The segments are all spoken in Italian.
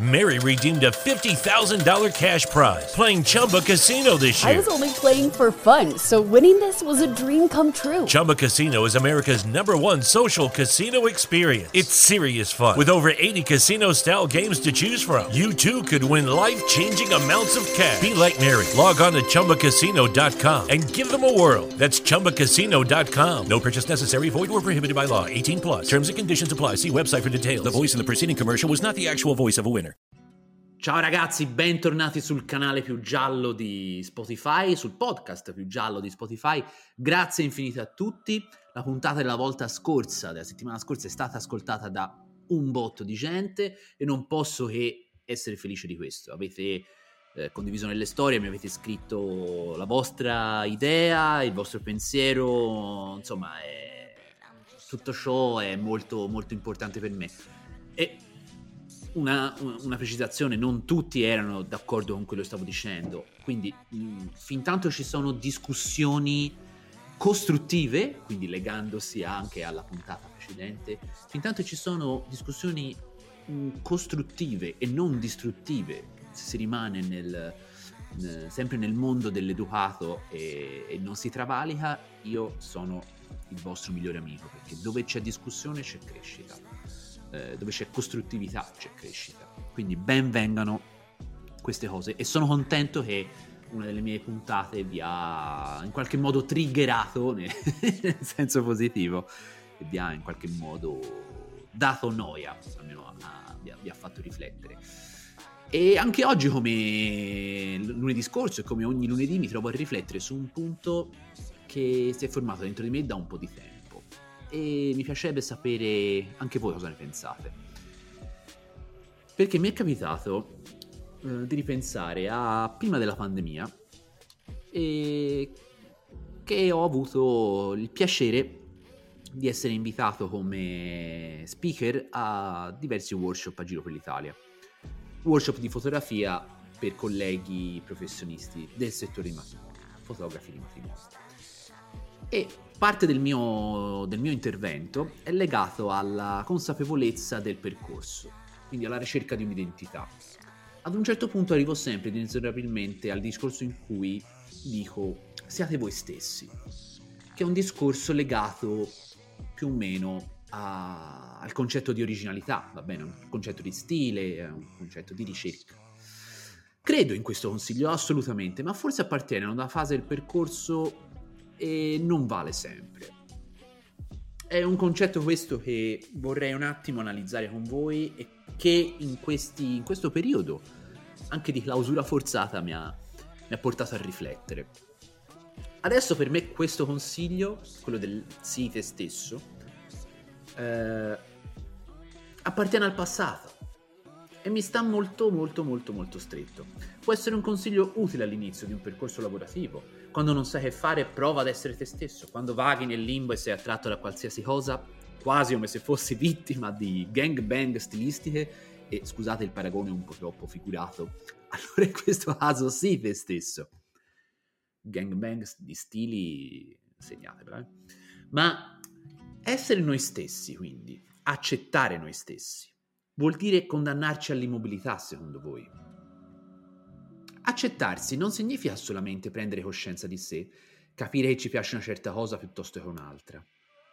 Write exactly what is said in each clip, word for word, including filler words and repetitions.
Mary redeemed a fifty thousand dollars cash prize playing Chumba Casino this year. I was only playing for fun, so winning this was a dream come true. Chumba Casino is America's number one social casino experience. It's serious fun. With over eighty casino-style games to choose from, you too could win life-changing amounts of cash. Be like Mary. Log on to Chumba Casino dot com and give them a whirl. That's Chumba Casino dot com. No purchase necessary. Void or prohibited by law. eighteen plus. Terms and conditions apply. See website for details. The voice in the preceding commercial was not the actual voice of a winner. Ciao ragazzi, bentornati sul canale più giallo di Spotify, sul podcast più giallo di Spotify. Grazie infinite a tutti. La puntata della volta scorsa, della settimana scorsa, è stata ascoltata da un botto di gente e non posso che essere felice di questo. Avete eh, condiviso nelle storie, mi avete scritto la vostra idea, il vostro pensiero, insomma, è... tutto ciò è molto, molto importante per me. E Una, una precisazione, non tutti erano d'accordo con quello che stavo dicendo, quindi mh, fin tanto ci sono discussioni costruttive, quindi legandosi anche alla puntata precedente, fin tanto ci sono discussioni mh, costruttive e non distruttive, se si rimane nel, nel, sempre nel mondo dell'educato e, e non si travalica, io sono il vostro migliore amico, perché dove c'è discussione c'è crescita. Eh, dove c'è costruttività c'è crescita, quindi ben vengano queste cose e sono contento che una delle mie puntate vi ha in qualche modo triggerato nel, nel senso positivo e vi ha in qualche modo dato noia, almeno a, a, vi, ha, vi ha fatto riflettere. E anche oggi, come lunedì scorso e come ogni lunedì, mi trovo a riflettere su un punto che si è formato dentro di me da un po' di tempo e mi piacerebbe sapere anche voi cosa ne pensate, perché mi è capitato eh, di ripensare a prima della pandemia e che ho avuto il piacere di essere invitato come speaker a diversi workshop a giro per l'Italia, workshop di fotografia per colleghi professionisti del settore di matrimonio, fotografi di matrimonio. E parte del mio, del mio intervento è legato alla consapevolezza del percorso, quindi alla ricerca di un'identità. Ad un certo punto arrivo sempre inesorabilmente al discorso in cui dico siate voi stessi, che è un discorso legato più o meno a, al concetto di originalità, va bene, un concetto di stile, un concetto di ricerca. Credo in questo consiglio assolutamente, ma forse appartiene a una fase del percorso e non vale sempre. È un concetto questo che vorrei un attimo analizzare con voi e che in, questi, in questo periodo anche di clausura forzata mi ha, mi ha portato a riflettere. Adesso per me questo consiglio, quello del sii te stesso, eh, appartiene al passato e mi sta molto molto molto molto stretto. Può essere un consiglio utile all'inizio di un percorso lavorativo. Quando non sai che fare, prova ad essere te stesso. Quando vaghi nel limbo e sei attratto da qualsiasi cosa, quasi come se fossi vittima di gangbang stilistiche, e scusate il paragone un po' troppo figurato, allora in questo caso sii te stesso. Gangbang di stili, segnatevela. Eh? Ma essere noi stessi, quindi, accettare noi stessi, vuol dire condannarci all'immobilità, secondo voi? Accettarsi non significa solamente prendere coscienza di sé, capire che ci piace una certa cosa piuttosto che un'altra.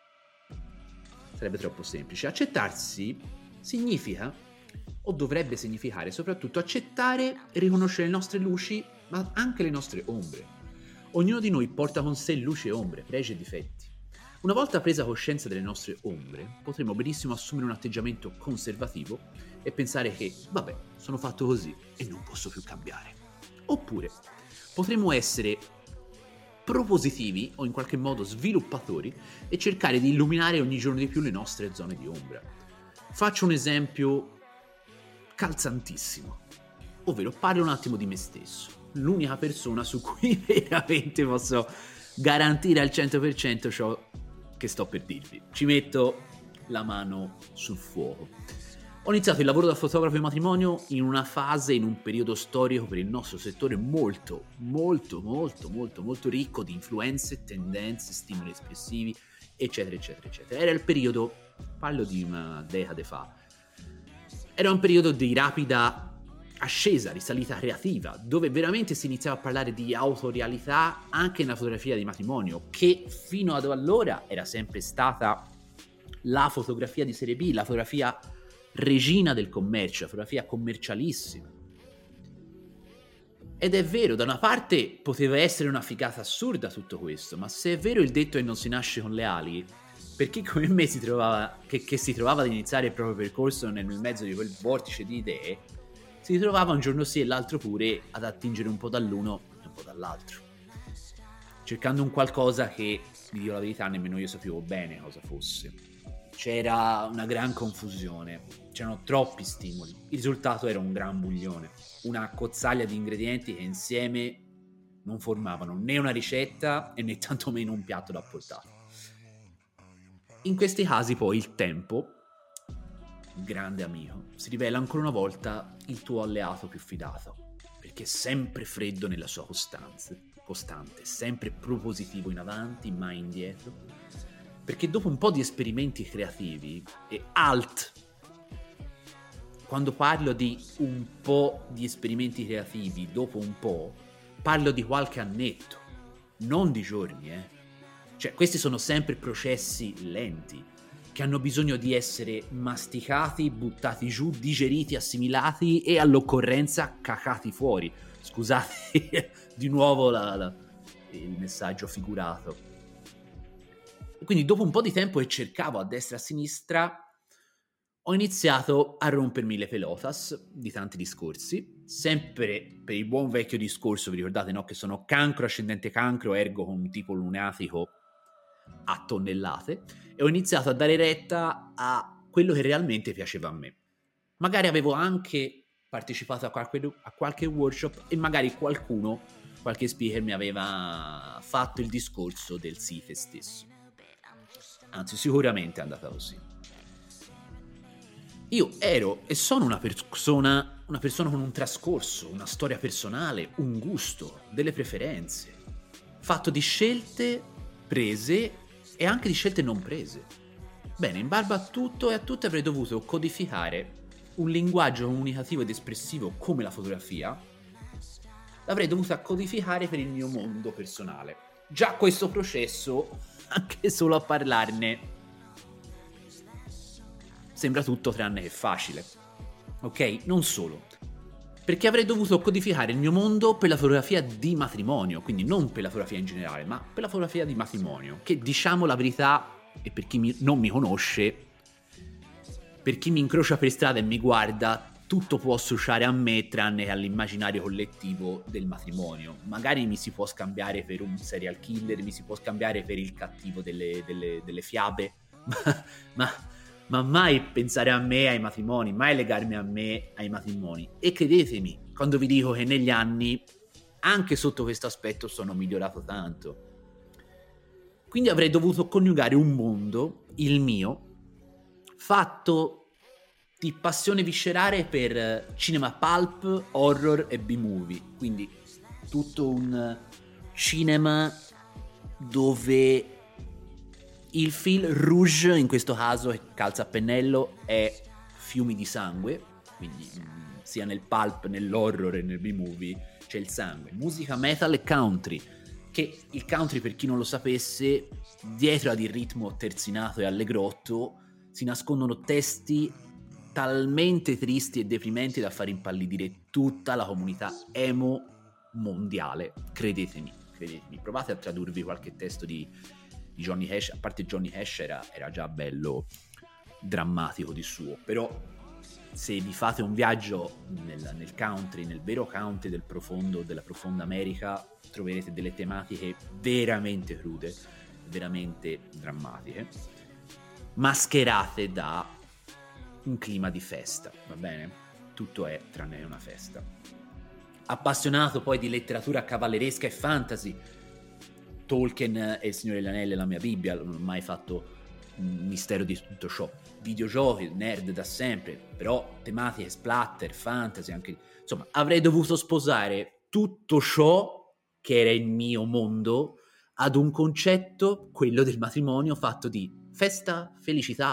Sarebbe troppo semplice. Accettarsi significa, o dovrebbe significare soprattutto, accettare e riconoscere le nostre luci, ma anche le nostre ombre. Ognuno di noi porta con sé luci e ombre, pregi e difetti. Una volta presa coscienza delle nostre ombre, potremo benissimo assumere un atteggiamento conservativo e pensare che, vabbè, sono fatto così e non posso più cambiare. Oppure potremmo essere propositivi o in qualche modo sviluppatori e cercare di illuminare ogni giorno di più le nostre zone di ombra. Faccio un esempio calzantissimo, ovvero parlo un attimo di me stesso, l'unica persona su cui veramente posso garantire al cento per cento ciò che sto per dirvi. Ci metto la mano sul fuoco. Ho iniziato il lavoro da fotografo di matrimonio in una fase, in un periodo storico per il nostro settore molto, molto, molto, molto, molto ricco di influenze, tendenze, stimoli espressivi, eccetera, eccetera, eccetera. Era il periodo, parlo di una decade fa, Era un periodo di rapida ascesa, risalita creativa, dove veramente si iniziava a parlare di autorealità anche nella fotografia di matrimonio, che fino ad allora era sempre stata la fotografia di serie B, la fotografia regina del commercio, la fotografia commercialissima. Ed è vero, da una parte poteva essere una figata assurda tutto questo, ma se è vero il detto che non si nasce con le ali, per chi come me si trovava, che, che si trovava ad iniziare il proprio percorso nel mezzo di quel vortice di idee, si trovava un giorno sì e l'altro pure ad attingere un po' dall'uno e un po' dall'altro, cercando un qualcosa che, vi dico la verità, nemmeno io sapevo bene cosa fosse. C'era una gran confusione, c'erano troppi stimoli, il risultato era un gran buglione, una cozzaglia di ingredienti che insieme non formavano né una ricetta e né tantomeno un piatto da portata. In questi casi poi il tempo, grande amico, si rivela ancora una volta il tuo alleato più fidato, perché è sempre freddo nella sua costanza, costante, sempre propositivo in avanti, mai indietro, perché dopo un po' di esperimenti creativi, e alt, quando parlo di un po' di esperimenti creativi, dopo un po', parlo di qualche annetto, non di giorni, eh. Cioè, questi sono sempre processi lenti, che hanno bisogno di essere masticati, buttati giù, digeriti, assimilati e all'occorrenza cacati fuori. Scusate di nuovo la, la, il messaggio figurato. E quindi dopo un po' di tempo che cercavo a destra e a sinistra, ho iniziato a rompermi le pelotas di tanti discorsi, sempre per il buon vecchio discorso, vi ricordate, no? Che sono cancro ascendente cancro, ergo con un tipo lunatico a tonnellate, e ho iniziato a dare retta a quello che realmente piaceva a me. Magari avevo anche partecipato a qualche, a qualche workshop e magari qualcuno, qualche speaker mi aveva fatto il discorso del SIFE stesso. Anzi, sicuramente è andata così. Io ero e sono una persona, una persona con un trascorso, una storia personale, un gusto, delle preferenze, fatto di scelte prese e anche di scelte non prese. Bene, in barba a tutto e a tutte avrei dovuto codificare un linguaggio comunicativo ed espressivo come la fotografia, l'avrei dovuta codificare per il mio mondo personale. Già questo processo, anche solo a parlarne, sembra tutto tranne che facile. Ok? Non solo. Perché avrei dovuto codificare il mio mondo per la fotografia di matrimonio, quindi non per la fotografia in generale, ma per la fotografia di matrimonio, che, diciamo la verità, e per chi mi, non mi conosce, per chi mi incrocia per strada e mi guarda, tutto può associare a me tranne che all'immaginario collettivo del matrimonio. Magari mi si può scambiare per un serial killer, mi si può scambiare per il cattivo delle, delle, delle fiabe, ma... ma ma mai pensare a me ai matrimoni, mai legarmi a me ai matrimoni. E credetemi, quando vi dico che negli anni, anche sotto questo aspetto, sono migliorato tanto. Quindi avrei dovuto coniugare un mondo, il mio, fatto di passione viscerale per cinema pulp, horror e B-movie. Quindi tutto un cinema dove il fil rouge, in questo caso, che calza a pennello, è fiumi di sangue, quindi mh, sia nel pulp, nell'horror e nel B-movie c'è il sangue. Musica metal e country, che il country, per chi non lo sapesse, dietro ad il ritmo terzinato e allegrotto si nascondono testi talmente tristi e deprimenti da far impallidire tutta la comunità emo mondiale. Credetemi, credetemi. Provate a tradurvi qualche testo di di Johnny Cash, a parte Johnny Cash era, era già bello drammatico di suo, però se vi fate un viaggio nel, nel country, nel vero country del profondo, della profonda America, troverete delle tematiche veramente crude, veramente drammatiche, mascherate da un clima di festa, va bene? Tutto è tranne una festa. Appassionato poi di letteratura cavalleresca e fantasy, Tolkien e Il Signore degli Anelli, la mia Bibbia, non ho mai fatto un mistero di tutto ciò. Videogiochi, nerd da sempre, però tematiche splatter, fantasy, anche insomma, avrei dovuto sposare tutto ciò che era il mio mondo ad un concetto, quello del matrimonio, fatto di festa, felicità,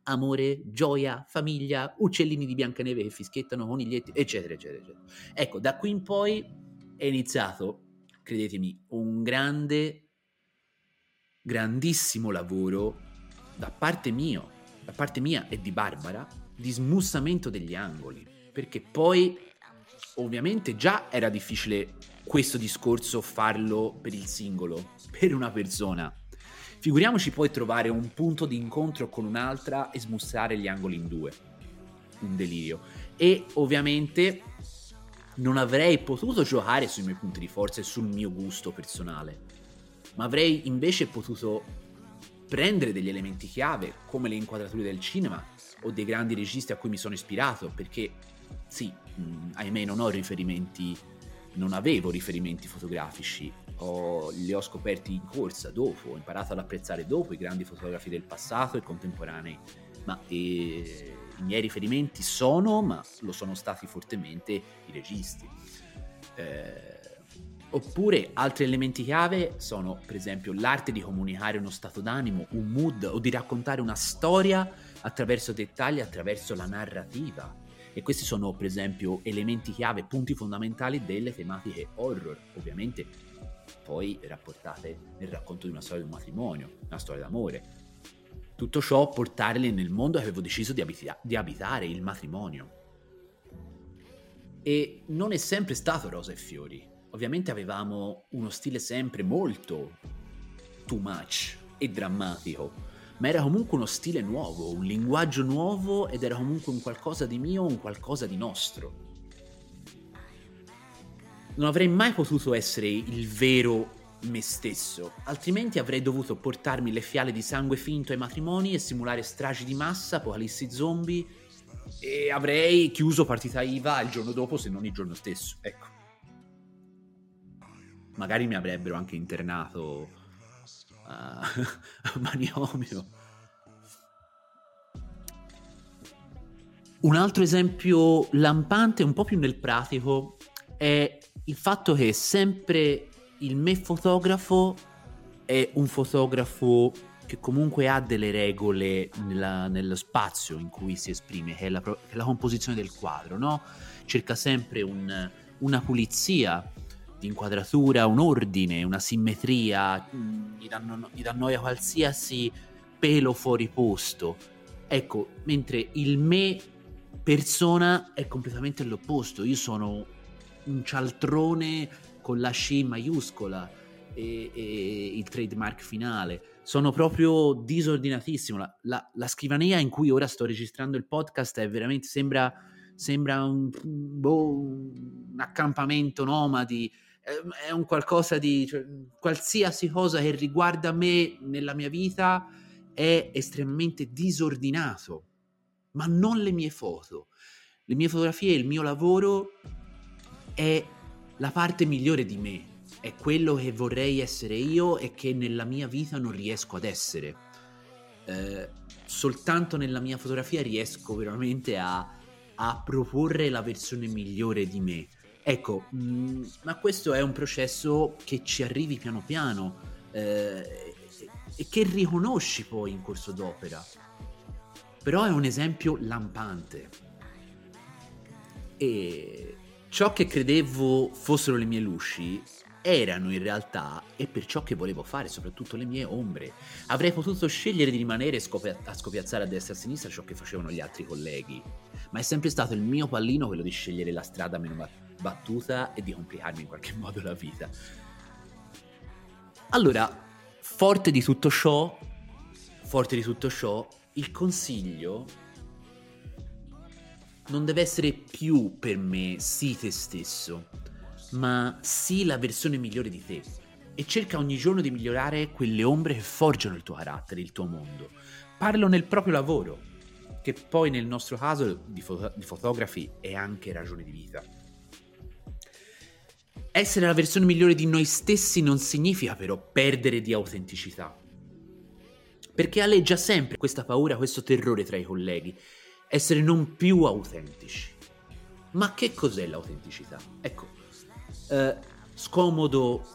amore, gioia, famiglia, uccellini di Biancaneve che fischiettano, coniglietti, eccetera, eccetera, eccetera. Ecco, da qui in poi è iniziato, credetemi, un grande, grandissimo lavoro da parte mio, da parte mia e di Barbara, di smussamento degli angoli, perché poi ovviamente già era difficile questo discorso farlo per il singolo, per una persona. Figuriamoci poi trovare un punto di incontro con un'altra e smussare gli angoli in due. Un delirio. E ovviamente non avrei potuto giocare sui miei punti di forza e sul mio gusto personale, ma avrei invece potuto prendere degli elementi chiave come le inquadrature del cinema o dei grandi registi a cui mi sono ispirato, perché sì, mh, ahimè non ho riferimenti, non avevo riferimenti fotografici, ho, li ho scoperti in corsa, dopo, ho imparato ad apprezzare dopo i grandi fotografi del passato e contemporanei, ma eh, i miei riferimenti sono, ma lo sono stati fortemente i registi. Eh, oppure altri elementi chiave sono per esempio l'arte di comunicare uno stato d'animo, un mood o di raccontare una storia attraverso dettagli, attraverso la narrativa. E questi sono per esempio elementi chiave, punti fondamentali delle tematiche horror, ovviamente poi rapportate nel racconto di una storia di un matrimonio, una storia d'amore. Tutto ciò portarle nel mondo che avevo deciso di, abita- di abitare, il matrimonio. E non è sempre stato rose e fiori. Ovviamente avevamo uno stile sempre molto too much e drammatico, ma era comunque uno stile nuovo, un linguaggio nuovo, ed era comunque un qualcosa di mio, un qualcosa di nostro. Non avrei mai potuto essere il vero me stesso, altrimenti avrei dovuto portarmi le fiale di sangue finto ai matrimoni e simulare stragi di massa, apocalissi zombie, e avrei chiuso partita I V A il giorno dopo, se non il giorno stesso, ecco. Magari mi avrebbero anche internato a, a manicomio. Un altro esempio lampante, un po' più nel pratico, è il fatto che sempre il me fotografo è un fotografo che comunque ha delle regole nella, nello spazio in cui si esprime, che è la, che è la composizione del quadro, no? Cerca sempre un, una pulizia di inquadratura, un ordine, una simmetria, gli danno, gli dà noia qualsiasi pelo fuori posto. Ecco, mentre il me persona è completamente l'opposto. Io sono un cialtrone con la sci maiuscola e, e il trademark finale. Sono proprio disordinatissimo. La, la, la scrivania in cui ora sto registrando il podcast è veramente, sembra, sembra un, boh, un accampamento nomadi. È un qualcosa di, cioè, qualsiasi cosa che riguarda me nella mia vita è estremamente disordinato, ma non le mie foto. Le mie fotografie, il mio lavoro è la parte migliore di me, è quello che vorrei essere io e che nella mia vita non riesco ad essere. Eh, soltanto nella mia fotografia riesco veramente a, a proporre la versione migliore di me. Ecco, mh, ma questo è un processo che ci arrivi piano piano eh, e che riconosci poi in corso d'opera. Però è un esempio lampante. E ciò che credevo fossero le mie luci erano in realtà, e per ciò che volevo fare, soprattutto le mie ombre. Avrei potuto scegliere di rimanere scopia- a scopiazzare a destra e a sinistra ciò che facevano gli altri colleghi, ma è sempre stato il mio pallino quello di scegliere la strada meno battuta e di complicarmi in qualche modo la vita. Allora, forte di tutto ciò, forte di tutto ciò, il consiglio non deve essere più per me sii te stesso, ma sii la versione migliore di te e cerca ogni giorno di migliorare quelle ombre che forgiano il tuo carattere, il tuo mondo. Parlo nel proprio lavoro, che poi nel nostro caso di, foto- di fotografi è anche ragione di vita. Essere la versione migliore di noi stessi non significa però perdere di autenticità, perché aleggia sempre questa paura, questo terrore tra i colleghi, essere non più autentici. Ma che cos'è l'autenticità? Ecco, eh, scomodo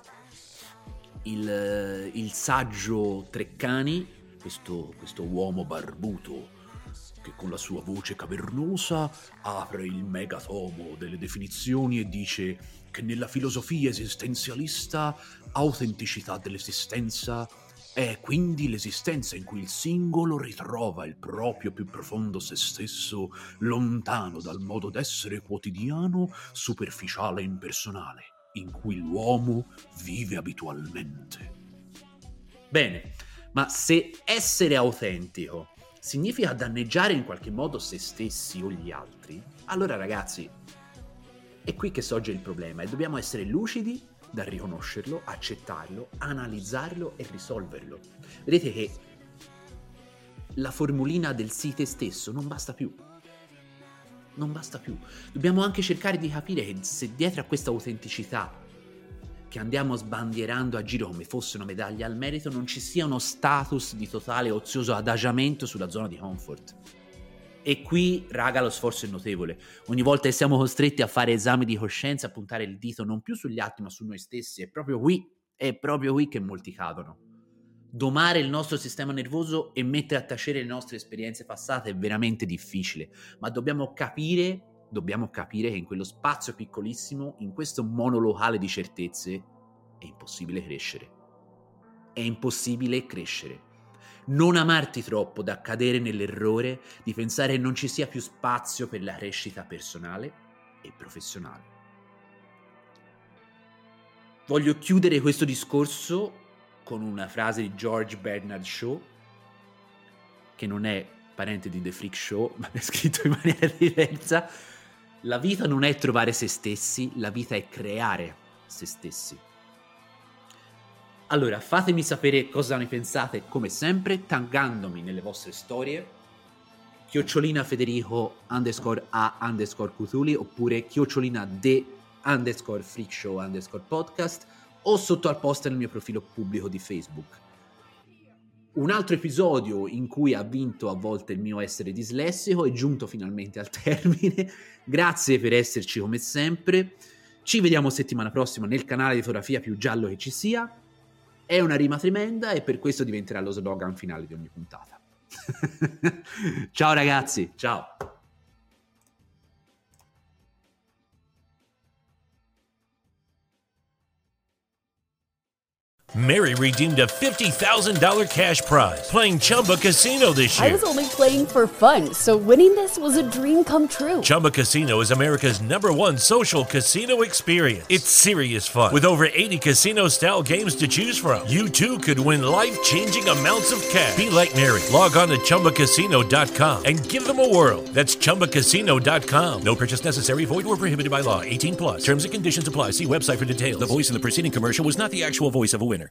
il, il saggio Treccani, questo, questo uomo barbuto che con la sua voce cavernosa apre il megatomo delle definizioni e dice che nella filosofia esistenzialista autenticità dell'esistenza è quindi l'esistenza in cui il singolo ritrova il proprio più profondo se stesso, lontano dal modo d'essere quotidiano, superficiale e impersonale, in cui l'uomo vive abitualmente. Bene, ma se essere autentico significa danneggiare in qualche modo se stessi o gli altri, allora ragazzi, è qui che sorge il problema e dobbiamo essere lucidi da riconoscerlo, accettarlo, analizzarlo e risolverlo. Vedete che la formulina del sii te stesso non basta più. Non basta più. Dobbiamo anche cercare di capire che se dietro a questa autenticità che andiamo sbandierando a giro come fosse una medaglia al merito non ci sia uno status di totale ozioso adagiamento sulla zona di comfort. E qui, raga, lo sforzo è notevole. Ogni volta che siamo costretti a fare esami di coscienza, a puntare il dito non più sugli altri ma su noi stessi, è proprio qui, è proprio qui che molti cadono. Domare il nostro sistema nervoso e mettere a tacere le nostre esperienze passate è veramente difficile, ma dobbiamo capire, dobbiamo capire che in quello spazio piccolissimo, in questo monolocale di certezze, è impossibile crescere. È impossibile crescere. Non amarti troppo da cadere nell'errore di pensare che non ci sia più spazio per la crescita personale e professionale. Voglio chiudere questo discorso con una frase di George Bernard Shaw, che non è parente di The Freak Show, ma è scritto in maniera diversa. La vita non è trovare se stessi, la vita è creare se stessi. Allora, fatemi sapere cosa ne pensate, come sempre, taggandomi nelle vostre storie, chiocciolina Federico underscore A underscore Cutuli, oppure chiocciolina D underscore Freak Show underscore podcast, o sotto al post nel mio profilo pubblico di Facebook. Un altro episodio in cui ha vinto a volte il mio essere dislessico è giunto finalmente al termine. Grazie per esserci come sempre. Ci vediamo settimana prossima nel canale di fotografia più giallo che ci sia. È una rima tremenda e per questo diventerà lo slogan finale di ogni puntata. Ciao ragazzi, ciao! Mary redeemed a fifty thousand dollars cash prize playing Chumba Casino this year. I was only playing for fun, so winning this was a dream come true. Chumba Casino is America's number one social casino experience. It's serious fun. With over eighty casino-style games to choose from, you too could win life-changing amounts of cash. Be like Mary. Log on to Chumba Casino dot com and give them a whirl. That's Chumba Casino dot com. No purchase necessary. Void or prohibited by law. eighteen plus. Terms and conditions apply. See website for details. The voice in the preceding commercial was not the actual voice of a winner.